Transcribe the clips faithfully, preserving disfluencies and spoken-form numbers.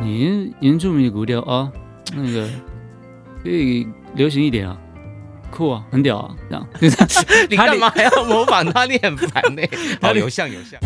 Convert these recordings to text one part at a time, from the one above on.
原原住民的古调啊，那个可以流行一点啊，酷啊，很屌啊，这样。 你干嘛还要模仿他？你很烦呢、欸。好，有像有像。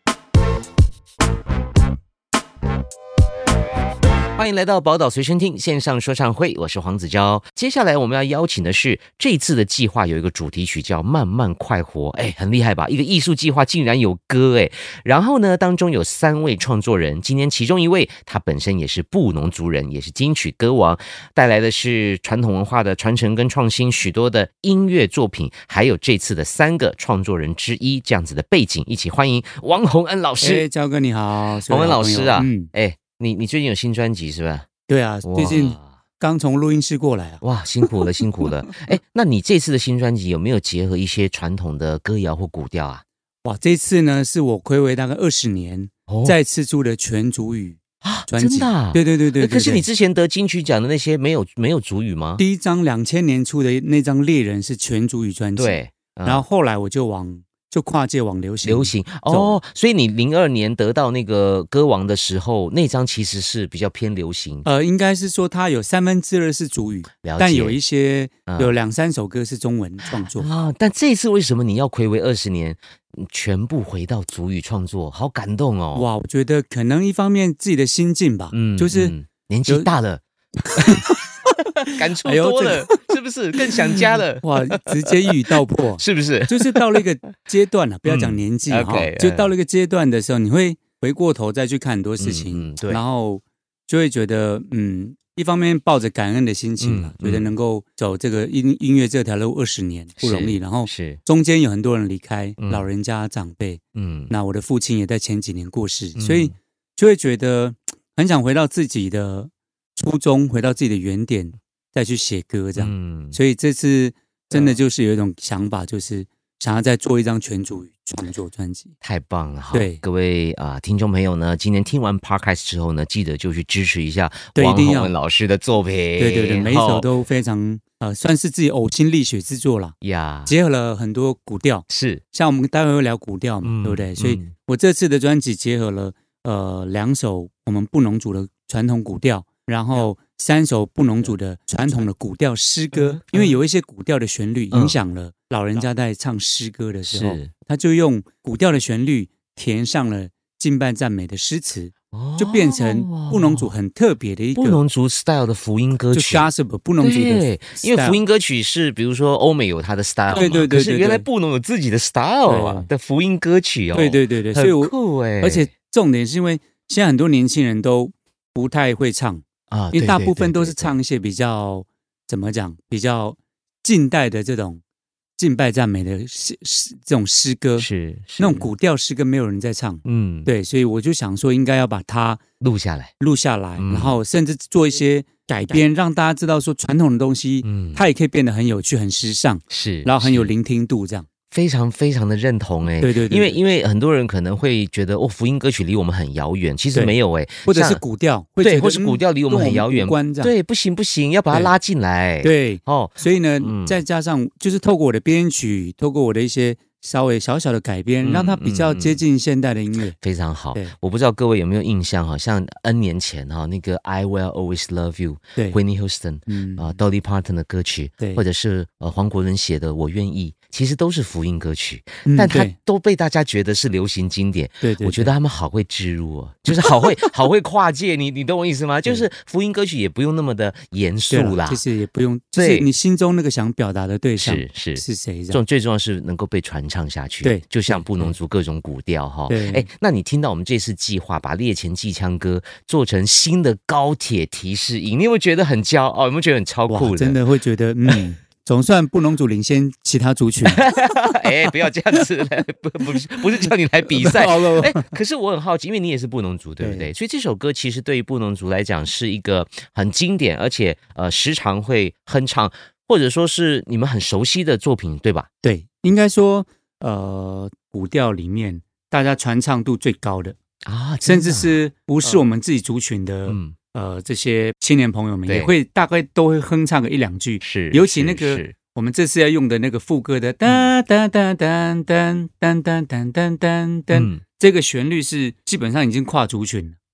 欢迎来到宝岛随身听线上说唱会，我是黄子佼。接下来我们要邀请的是这次的计划有一个主题曲叫《慢慢快活》，哎，很厉害吧？一个艺术计划竟然有歌哎。然后呢，当中有三位创作人，今天其中一位他本身也是布农族人，也是金曲歌王，带来的是传统文化的传承跟创新，许多的音乐作品，还有这次的三个创作人之一这样子的背景，一起欢迎王洪恩老师。 哎，焦哥你好， 洪恩老师啊， 嗯， 哎。你你最近有新专辑是吧？ 对啊，最近刚从录音室过来啊。 哇，辛苦了，辛苦了。哎，那你这次的新专辑有没有结合一些传统的歌谣或古调啊？ 哇，这次呢是我睽违大概二十年、哦、再次出的全族语专辑。 真的、啊？ 对对对 对, 对, 对。 可是你之前得金曲奖的那些没有没有族语吗？ 第一张两千年出的那张《猎人》是全族语专辑。 对、 嗯。然后后来我就往。就跨界往流行， 流行哦，所以你零二年得到那个歌王的时候，那张其实是比较偏流行。 呃，应该是说它有三分之二是族语，但有一些、嗯、有两三首歌是中文创作啊。但这次为什么你要睽违二十年，全部回到族语创作？好感动哦！ 哇，我觉得可能一方面自己的心境吧，嗯，就是、嗯、 年纪大了。感触多了、哎这个、是不是更想家了？ 哇，直接一语道破是不是？ 就是到了一个阶段了，不要讲年纪、嗯 okay, 就到了一个阶段的时候，你会回过头再去看很多事情、嗯嗯、对，然后就会觉得嗯，一方面抱着感恩的心情、嗯、觉得能够走这个音音乐这条路二十年不容易，然后是中间有很多人离开、嗯、老人家长辈，嗯，那我的父亲也在前几年过世、嗯、所以就会觉得很想回到自己的初衷，回到自己的原点，再去写歌这样、嗯、所以这次真的就是有一种想法，就是想要再做一张全族语创作专辑。 太棒了！好， 对各位啊、呃，听众朋友呢，今天听完 Podcast 之后呢，记得就去支持一下王洪恩老师的作品。 对对对，每一首都非常呃，算是自己呕心沥血制作了呀，结合了很多古调， 是像我们待会会聊古调嘛、嗯，对不对？所以我这次的专辑结合了呃两首我们布农族的传统古调。然后三首布农族的传统的古调诗歌，因为有一些古调的旋律影响了老人家在唱诗歌的时候，他就用古调的旋律填上了敬拜赞美的诗词，就变成布农族很特别的一个布农族 style 的福音歌曲， 就 gospel 布农族的 style， 因为福音歌曲是比如说欧美有它的 style， 对对 对, 对, 对， 可是原来布农有自己的 style 啊的福音歌曲哦， 对对对对， 很酷哎、欸！ 而且重点是因为现在很多年轻人都不太会唱。啊，因为大部分都是唱一些比较怎么讲，比较近代的这种敬拜赞美的诗诗这种诗歌， 是, 是那种古调诗歌，没有人在唱，嗯，对，所以我就想说，应该要把它录下来， 录下来，嗯、然后甚至做一些改编，让大家知道说传统的东西，嗯，它也可以变得很有趣、很时尚， 是， 然后很有聆听度，这样。 非常非常的认同哎、欸， 对对 对, 对， 因为因为很多人可能会觉得哦，福音歌曲离我们很遥远，其实没有哎、欸， 或者是古调， 对，或是古调离我们很遥远，对，不行不行，要把它拉进来， 对, 对哦，所以呢、嗯，再加上就是透过我的编曲，透过我的一些稍微小小的改编，嗯、让它比较接近现代的音乐， 嗯、非常好。我不知道各位有没有印象哈，像 N 年前哈那个 I Will Always Love You， 对 Whitney Houston， 嗯啊、呃、Dolly Parton 的歌曲，对，或者是呃黄国伦写的我愿意。其实都是福音歌曲、嗯，但它都被大家觉得是流行经典。 对 对, 对， 我觉得他们好会植入哦，就是好会好会跨界。你你懂我意思吗？就是福音歌曲也不用那么的严肃啦， 就是也不用，就是你心中那个想表达的对象是是是谁？ 这种最重要是能够被传唱下去。 对， 就像布农族各种古调哈。哎，那你听到我们这次计划把猎前祭枪歌做成新的高铁提示音，你有没有觉得很骄傲？有没有觉得很超酷的？ 真的会觉得嗯。总算布农族领先其他族群， 哎，不要这样子，不不是不是叫你来比赛。哎，可是我很好奇，因为你也是布农族，对不对？对，所以这首歌其实对于布农族来讲是一个很经典，而且呃时常会哼唱，或者说是你们很熟悉的作品，对吧？ 对，应该说呃古调里面大家传唱度最高的啊，甚至是不是我们自己族群的。嗯呃，这些青年朋友们也会大概都会哼唱个一两句， 是， 尤其那个我们这次要用的那个副歌的哒哒哒哒哒哒哒哒哒哒哒，这个旋律是基本上已经跨族群了。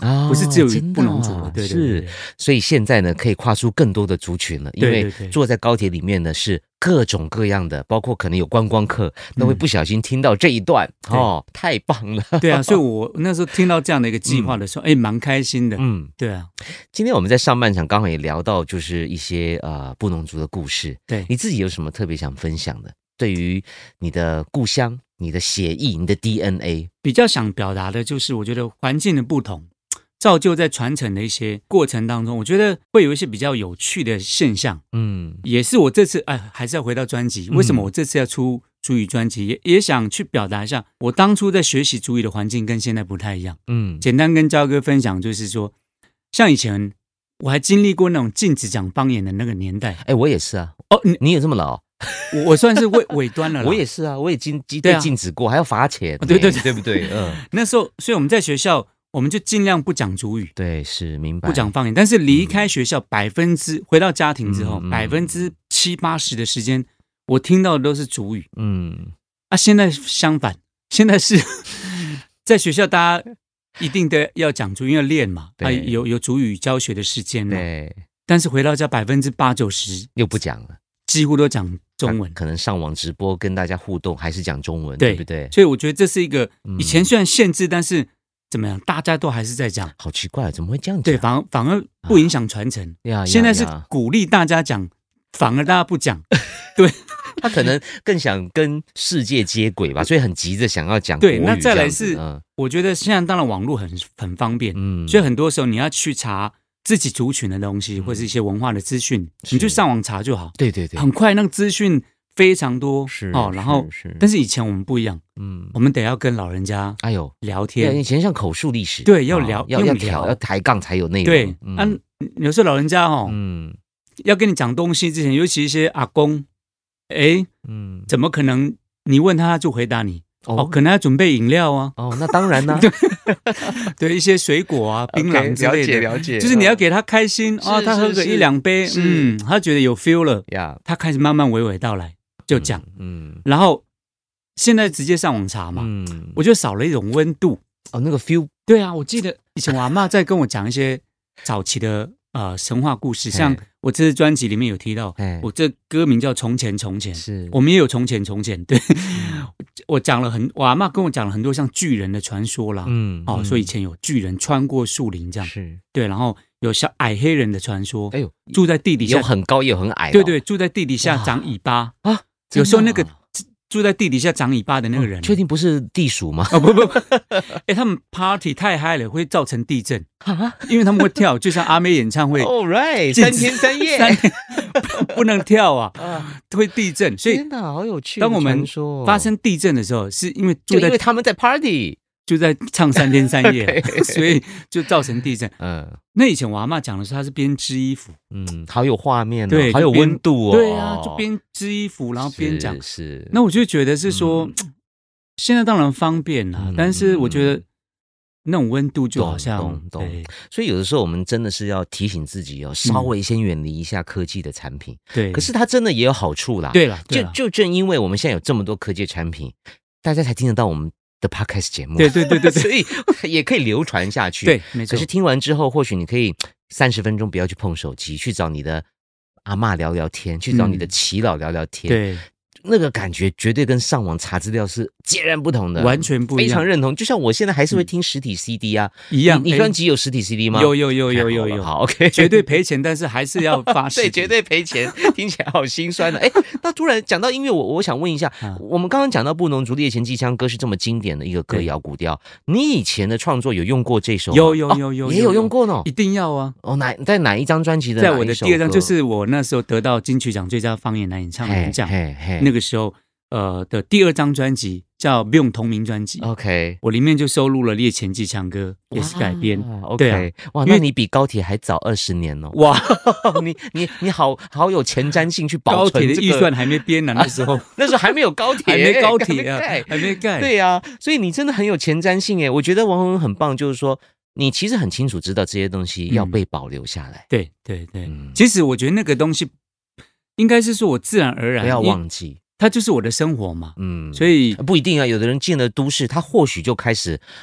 哦， 不是只有真的布农族的， 啊对对对是，所以现在呢，可以跨出更多的族群了，因为对对对坐在高铁里面呢是各种各样的，包括可能有观光客都会不小心听到这一段、 嗯哦，太棒了。 对啊，所以我那时候听到这样的一个计划的时候，哎、蛮开心的。 嗯， 对啊， 今天我们在上半场刚好也聊到，就是一些呃布农族的故事。 对你自己有什么特别想分享的？对于你的故乡、你的血液、你的 D N A， 比较想表达的就是，我觉得环境的不同，造就在传承的一些过程当中，我觉得会有一些比较有趣的现象。 嗯， 也是我这次哎，还是要回到专辑，为什么我这次要出族语专辑？也也想去表达一下，我当初在学习族语的环境跟现在不太一样。 嗯， 简单跟焦哥分享，就是说，像以前我还经历过那种禁止讲方言的那个年代。 哎，我也是啊。 哦，你你有这么老？ 我我算是尾尾端了啦。 我也是啊，我也禁被对啊禁止过，还要罚钱、 哦对对对对不对？嗯， 那时候，所以我们在学校，我们就尽量不讲族语， 对，是明白， 不讲方言。但是离开学校，百分之回到家庭之后， 嗯嗯百分之七八十的时间，我听到的都是族语。 嗯， 啊，现在相反，现在是在学校，大家一定得要讲族语，要练嘛，啊， 对有有族语教学的时间嘛。 对， 但是回到家，百分之八九十又不讲了。 几乎都讲中文， 可能上网直播跟大家互动，还是讲中文， 对对不对？ 所以我觉得这是一个嗯以前虽然限制，但是怎么样，大家都还是在讲。 好奇怪，怎么会这样讲？ 对，反而反而不影响传承。 呀呀现在是呀鼓励大家讲，反而大家不讲。对他可能更想跟世界接轨吧，所以很急着想要讲对， 国语那再来这样子是， 嗯我觉得现在当然网络很很方便， 嗯所以很多时候你要去查自己族群的东西，或是一些文化的资讯， 是你就上网查就好。 对对对， 很快那个资讯非常多， 是哦，然后是是但是以前我们不一样， 嗯， 我们得要跟老人家哎呦， 聊对， 天以，前像口述历史， 对要哦聊用要要调聊要抬杠才有内容， 对， 嗯啊，有时候老人家哦， 嗯要跟你讲东西之前，尤其一些阿公，哎， 嗯， 怎么可能你问他他就回答你？哦， 哦可能要准备饮料啊， 哦，那当然啦， 对，一些水果啊、槟榔之类的， 了解， 就是你要给他开心啊， 是他喝个是一两杯， 是嗯，他觉得有 feel 了， 呀， 他开始慢慢娓娓道来，就讲， 嗯然后现在直接上网查嘛， 嗯， 我觉得少了一种温度。 哦，那个 feel， 对啊，我记得以前我阿嬷在跟我讲一些早期的呃神话故事，像我这次专辑里面有提到哎， 我这歌名叫《从前从前》， 是我们也有从前从前，对，我讲了很，我阿嬷跟我讲了很多像巨人的传说啦， 嗯哦，所以以前有巨人穿过树林这样， 是， 对，然后有小矮黑人的传说， 哎呦， 住在地底下有，很高也有很矮哦， 对对，住在地底下长尾巴， 啊， 有时候那个真的啊住在地底下长尾巴的那个人， 确定不是地鼠吗？ 哦不不不，哎，他们 party 太嗨了，会造成地震， 啊因为他们会跳，就像阿妹演唱会， ，All right， 禁止三天三夜， 三天不能跳啊， 啊， 会地震，所以天哪，好有趣的当我们传说发生地震的时候，是因为就因住在为他们在 party， 就在唱三天三夜， OK 所以就造成地震。 嗯那以前我阿嬷讲的是，她是边织衣服， 嗯，好有画面哦， 对， 好有就边温度哦， 对啊，就边织衣服，然后边讲。 是，是那我就觉得是说，现在当然方便啦， 嗯但是我觉得那种温度就好像懂懂懂对所以有的时候我们真的是要提醒自己哦，稍微先远离一下科技的产品。 对， 可是它真的也有好处啦。 对了，对啦就就正因为我们现在有这么多科技产品，大家才听得到我们的 podcast 节目。 对对对对对所以也可以流传下去。 对，没错可是。听完之后，或许你可以三十分钟不要去碰手机，去找你的阿嬷聊聊天，去找你的耆老聊聊天。 对， 那个感觉绝对跟上网查资料是截然不同的， 完全不一样， 非常认同。就像我现在还是会听实体 C D 啊， 一样。 你你哎专辑有实体 C D 吗？ 有有有有有有， 好 OK， 绝对赔钱，但是还是要发誓。 对，绝对赔钱，听起来好心酸的。哎，那突然讲到音乐，我我想问一下， 啊我们刚刚讲到布农族猎前机枪歌是这么经典的一个歌对谣古调，你以前的创作有用过这首吗？ 有有哦有有也有用过呢一。定要啊！ 哦，哪在哪一张专辑的在哪一首歌？ 我的第二张，就是我那时候得到金曲奖最佳方言男演唱嘿人奖， 嘿嘿那个时候呃的第二张专辑叫《不用同名专辑》， OK。 我里面就收录了《猎前机枪歌》，也是改编。 哇对啊 ，OK，哇， 因为那你比高铁还早二十年哦！ 哇， 你你你好好有前瞻性去保高存这个铁的预算还没编呢，那时候那时候还没有高铁， 还没高铁啊还没盖， 还没盖。 对呀、所以你真的很有前瞻性诶。我觉得王宏很棒，就是说你其实很清楚知道这些东西要被保留下来， 对对对嗯， 其实我觉得那个东西应该是说我自然而然， 不要因为忘记。 它就是我的生活嘛， 嗯， 所以不一定啊。有的人进了都市，他或许就开始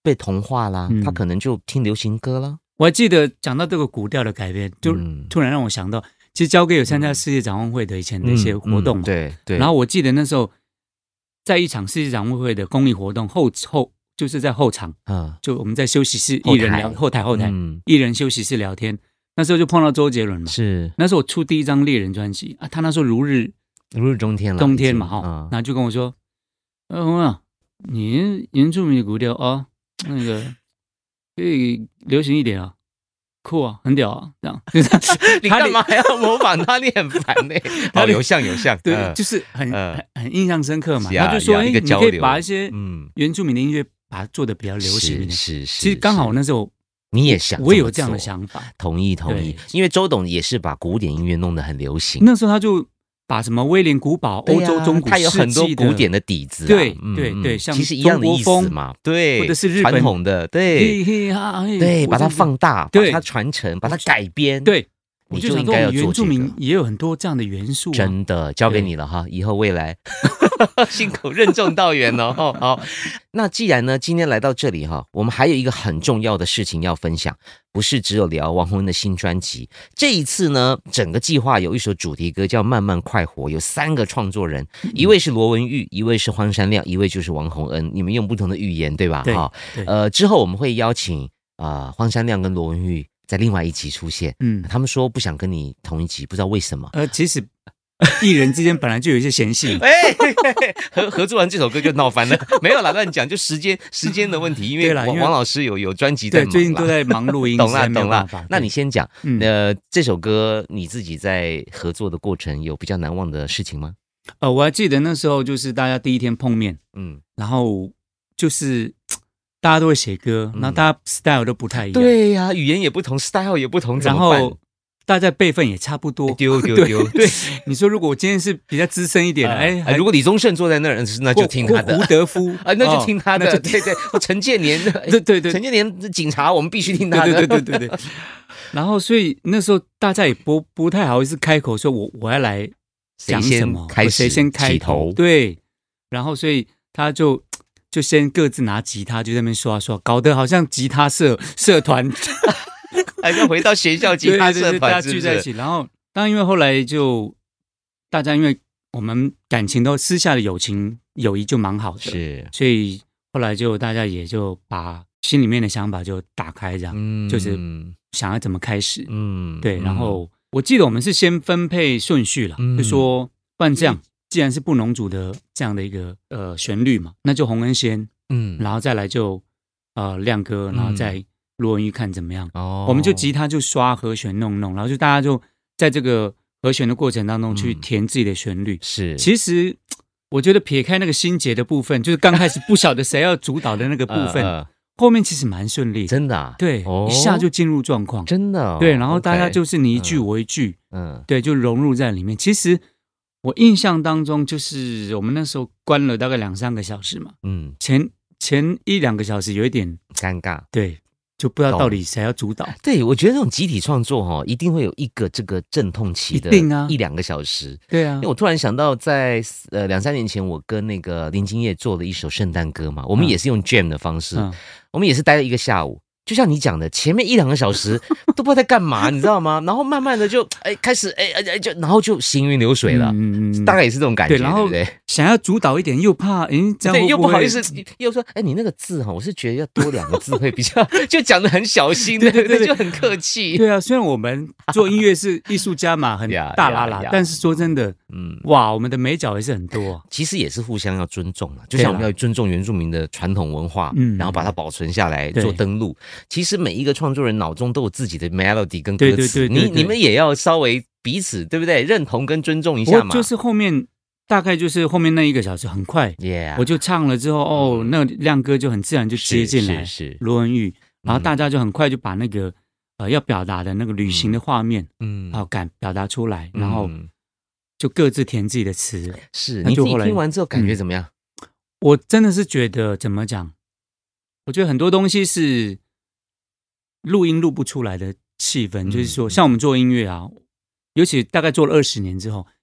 被同化啦， 嗯他可能就听流行歌了。 我还记得讲到这个古调的改变，就突然让我想到，其实交给有参加世界展望会的以前的一些活动嘛， 嗯嗯、对对。 然后我记得那时候在一场世界展望会的公益活动后后，就是在后场，嗯，就我们在休息室艺人聊后台后台，嗯，艺人休息室聊天，那时候就碰到周杰伦嘛， 是那时候我出第一张猎人专辑啊，他那时候如日如日中天了， 冬天嘛哈，嗯、然后就跟我说，嗯、呃，你原住民的古调啊，那个可以流行一点啊。酷啊，很屌啊，这样。 你干嘛还要模仿他？你很烦呢、欸。好，有像有像， 对， 呃、 就是很、呃、很很印象深刻嘛。 啊、 他就说，哎、欸，你可以把一些嗯原住民的音乐把它做的比较流行一点。 是 是, 是。 其实刚好那时候你也想， 我也有这样的想法。 同意同意，因为周董也是把古典音乐弄得很流行。 那时候他就把什么威廉古堡、欧、洲中古世纪的， 他有很多古典的底子、啊。 对对对，像其实一样的意思嘛。对， 或者是日本传统的，对对，把它放大，把它传承，把它改编。 对， 你就应该要做这个。 原住民也有很多这样的元素、啊， 真的交给你了哈，以后未来信口任重道远哦。好，那既然呢，今天来到这里哈，我们还有一个很重要的事情要分享，不是只有聊王洪恩的新专辑。这一次呢，整个计划有一首主题歌叫《慢慢快活》，有三个创作人，一位是罗文玉，一位是荒山亮，一位就是王洪恩。你们用不同的语言，对吧？ 对。 呃，之后我们会邀请啊、呃、荒山亮跟罗文玉在另外一集出现。嗯，他们说不想跟你同一集，不知道为什么。 呃，其实艺人之间本来就有一些嫌隙， 哎，合合作完这首歌就闹翻了，没有啦，乱讲，就时间时间的问题，因为王王老师有有专辑在忙， 对，最近都在忙录音， 懂了懂了。那你先讲， 嗯、 呃，这首歌你自己在合作的过程有比较难忘的事情吗？ 呃，我还记得那时候就是大家第一天碰面， 嗯， 然后就是大家都会写歌，然后大家 style 都不太一样， 对呀、啊，语言也不同 ，style 也不同，怎么办？ 然后大家辈分也差不多， 丢丢丢。对， 你说如果我今天是比较资深一点的，哎、 呃，如果李宗盛坐在那儿，那就听他的； 胡德夫啊，那就听他的。 哦、 对对，陈建年， 对对对， 陈建年警察，我们必须听他的。 对对对对对。然后，所以那时候大家也不不太好意思开口说我我要来讲什么， 开始谁先开头？对。然后，所以他就就先各自拿吉他就在那边刷刷，搞得好像吉他社社团。 还要回到学校吉他社团， 大家聚在一起。然后，当然因为后来就大家因为我们感情都私下的友情友谊就蛮好的， 是， 所以后来就大家也就把心里面的想法就打开，这样，嗯，就是想要怎么开始，嗯，对。然后我记得我们是先分配顺序了，嗯、就说不然这样，既然是布农族的这样的一个呃旋律嘛，那就洪恩先，嗯，然后再来就呃亮哥，然后再。罗文玉看怎么样？哦，我们就吉他就刷和弦弄弄，然后就大家就在这个和弦的过程当中去填自己的旋律。 嗯、是， 其实我觉得撇开那个心结的部分，就是刚开始不晓得谁要主导的那个部分，呃呃、后面其实蛮顺利， 真的、啊。 对，哦、一下就进入状况， 真的、哦。 对，然后大家就是你一句我一句，嗯，对，就融入在里面。其实我印象当中，就是我们那时候关了大概两三个小时嘛，嗯，前前一两个小时有一点尴尬， 对。就不知道到底谁要主导。 对，我觉得这种集体创作哈、哦，一定会有一个这个阵痛期的， 一定啊， 一两个小时。 对啊， 因为我突然想到在，在呃两三年前，我跟那个林金叶做了一首圣诞歌嘛，我们也是用 jam 的方式，嗯、我们也是待了一个下午。就像你讲的，前面一两个小时都不知道在干嘛，你知道吗？然后慢慢的就哎开始哎哎就然后就行云流水了，嗯嗯，大概也是这种感觉， 对，然后对想要主导一点，又怕哎这样会不会又不好意思，又说哎你那个字哈，我是觉得要多两个字会比较，就讲得很小心，对对对，就很客气。 对啊，虽然我们做音乐是艺术家嘛，很大啦啦，但是说真的，嗯，哇，我们的美角也是很多， 其实也是互相要尊重了，就像我们要尊重原住民的传统文化，嗯，然后把它保存下来做登录。其实每一个创作人脑中都有自己的 melody 跟歌词，对对对对对，你你们也要稍微彼此对不对认同跟尊重一下嘛。 就是后面大概就是后面那一个小时很快， yeah. 我就唱了之后，哦，那亮哥就很自然就接进来， 是是罗文玉，然后大家就很快就把那个、嗯、呃要表达的那个旅行的画面，嗯，好感表达出来，然后就各自填自己的词。 是你自己听完之后感觉怎么样？ 嗯、我真的是觉得怎么讲？我觉得很多东西是。录音录不出来的气氛，就是说，像我们做音乐啊，尤其大概做了二十年之后，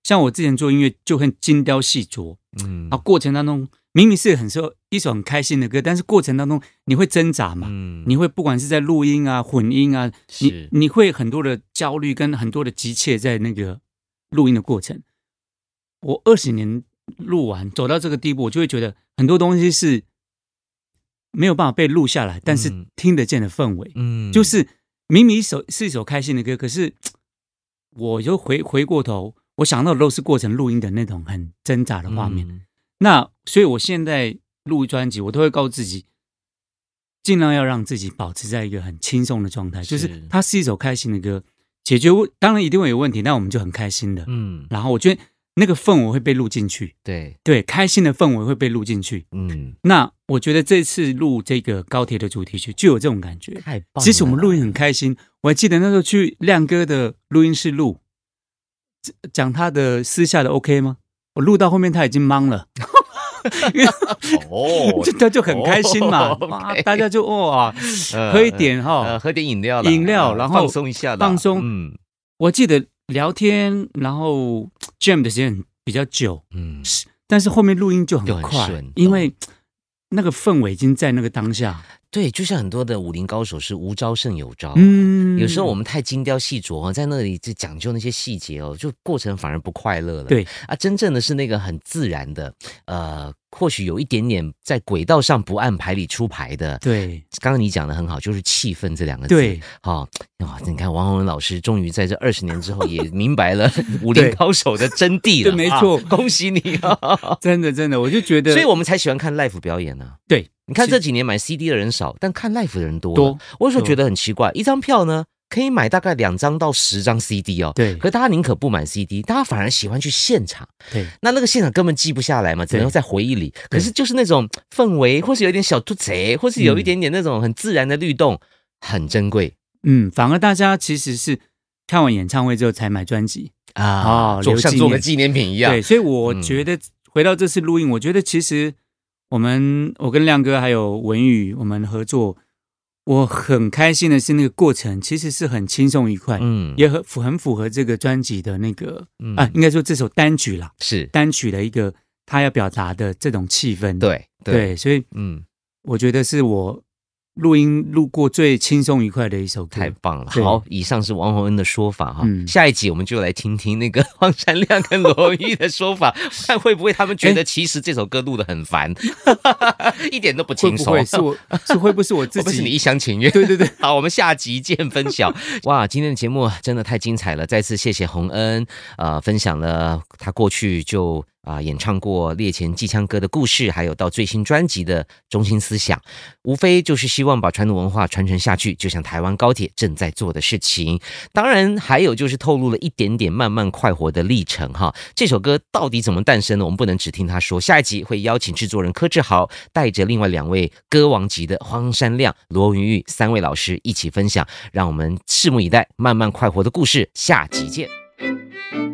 像我之前做音乐就很精雕细琢， 嗯， 啊，过程当中明明是很首一首很开心的歌，但是过程当中你会挣扎嘛， 嗯， 你会不管是在录音啊、混音啊，你你会很多的焦虑跟很多的急切在那个录音的过程。我二十年录完走到这个地步，我就会觉得很多东西是没有办法被录下来，但是听得见的氛围，嗯，就是明明一首是一首开心的歌，可是我就回回过头，我想到的都是过程录音的那种很挣扎的画面。嗯，那所以我现在录专辑，我都会告诉自己，尽量要让自己保持在一个很轻松的状态，就是它是一首开心的歌，解决当然一定会有问题，但我们就很开心的，嗯，然后我觉得那个氛围会被录进去， 对对，开心的氛围会被录进去，嗯，那我觉得这次录这个高铁的主题曲就有这种感觉， 太棒了。 其实我们录音很开心，我还记得那时候去亮哥的录音室录，讲他的私下的 OK 吗？我录到后面他已经懵了。 哦， 他就很开心嘛， 哦 okay 大家就哇，喝一点哈、 呃，喝点饮料， 饮料，然后放松一下， 放松。嗯，我记得聊天，然后 jam 的时间比较久，嗯，但是后面录音就很快，很因为那个氛围已经在那个当下。 对，就像很多的武林高手是无招胜有招，嗯，有时候我们太精雕细琢，在那里就讲究那些细节哦，就过程反而不快乐了。 对啊，真正的是那个很自然的，呃，或许有一点点在轨道上不按牌理出牌的。 对， 刚刚你讲的很好，就是气氛这两个字。 对， 好、哦，你看王洪恩老师终于在这二十年之后也明白了武林高手的真谛了。 对，没错、 啊，恭喜你啊！ 真的真的，我就觉得， 所以我们才喜欢看 live 表演呢、啊。 对。 你看这几年买 C D 的人少，但看 live 的人多了。多，我有时候觉得很奇怪，一张票呢可以买大概两张到十张 C D 哦。 对， 可是大家宁可不买 C D， 大家反而喜欢去现场。 对， 那那个现场根本记不下来嘛，只能在回忆里。可是就是那种氛围，或是有一点小突贼，或是有一点点那种很自然的律动，嗯、很珍贵。 嗯，反而大家其实是看完演唱会之后才买专辑啊，做、哦、像做个纪念品一样。 对，所以我觉得、嗯、回到这次录音，我觉得其实。我们我跟亮哥还有文宇我们合作，我很开心的是那个过程其实是很轻松愉快，嗯，也很很符合这个专辑的那个、嗯、啊，应该说这首单曲啦， 是单曲的一个他要表达的这种气氛， 对对, 对，所以嗯，我觉得是我录音录过最轻松愉快的一首歌， 太棒了。好，以上是王洪恩的说法哈、嗯，下一集我们就来听听那个黄山亮跟罗玉的说法，看会不会他们觉得其实这首歌录得很烦，一点都不轻松。 会不会是我是会不会是我自己？ 会不会是你一厢情愿？ 对对对。 好，我们下集见分晓。哇，今天的节目真的太精彩了，再次谢谢洪恩，呃，分享了他过去就。啊、呃，演唱过列前机枪歌的故事，还有到最新专辑的中心思想，无非就是希望把传统文化传承下去，就像台湾高铁正在做的事情。当然，还有就是透露了一点点慢慢快活的历程哈。这首歌到底怎么诞生呢？我们不能只听他说。下一集会邀请制作人柯志豪，带着另外两位歌王级的荒山亮、罗云玉三位老师一起分享，让我们拭目以待。慢慢快活的故事，下集见。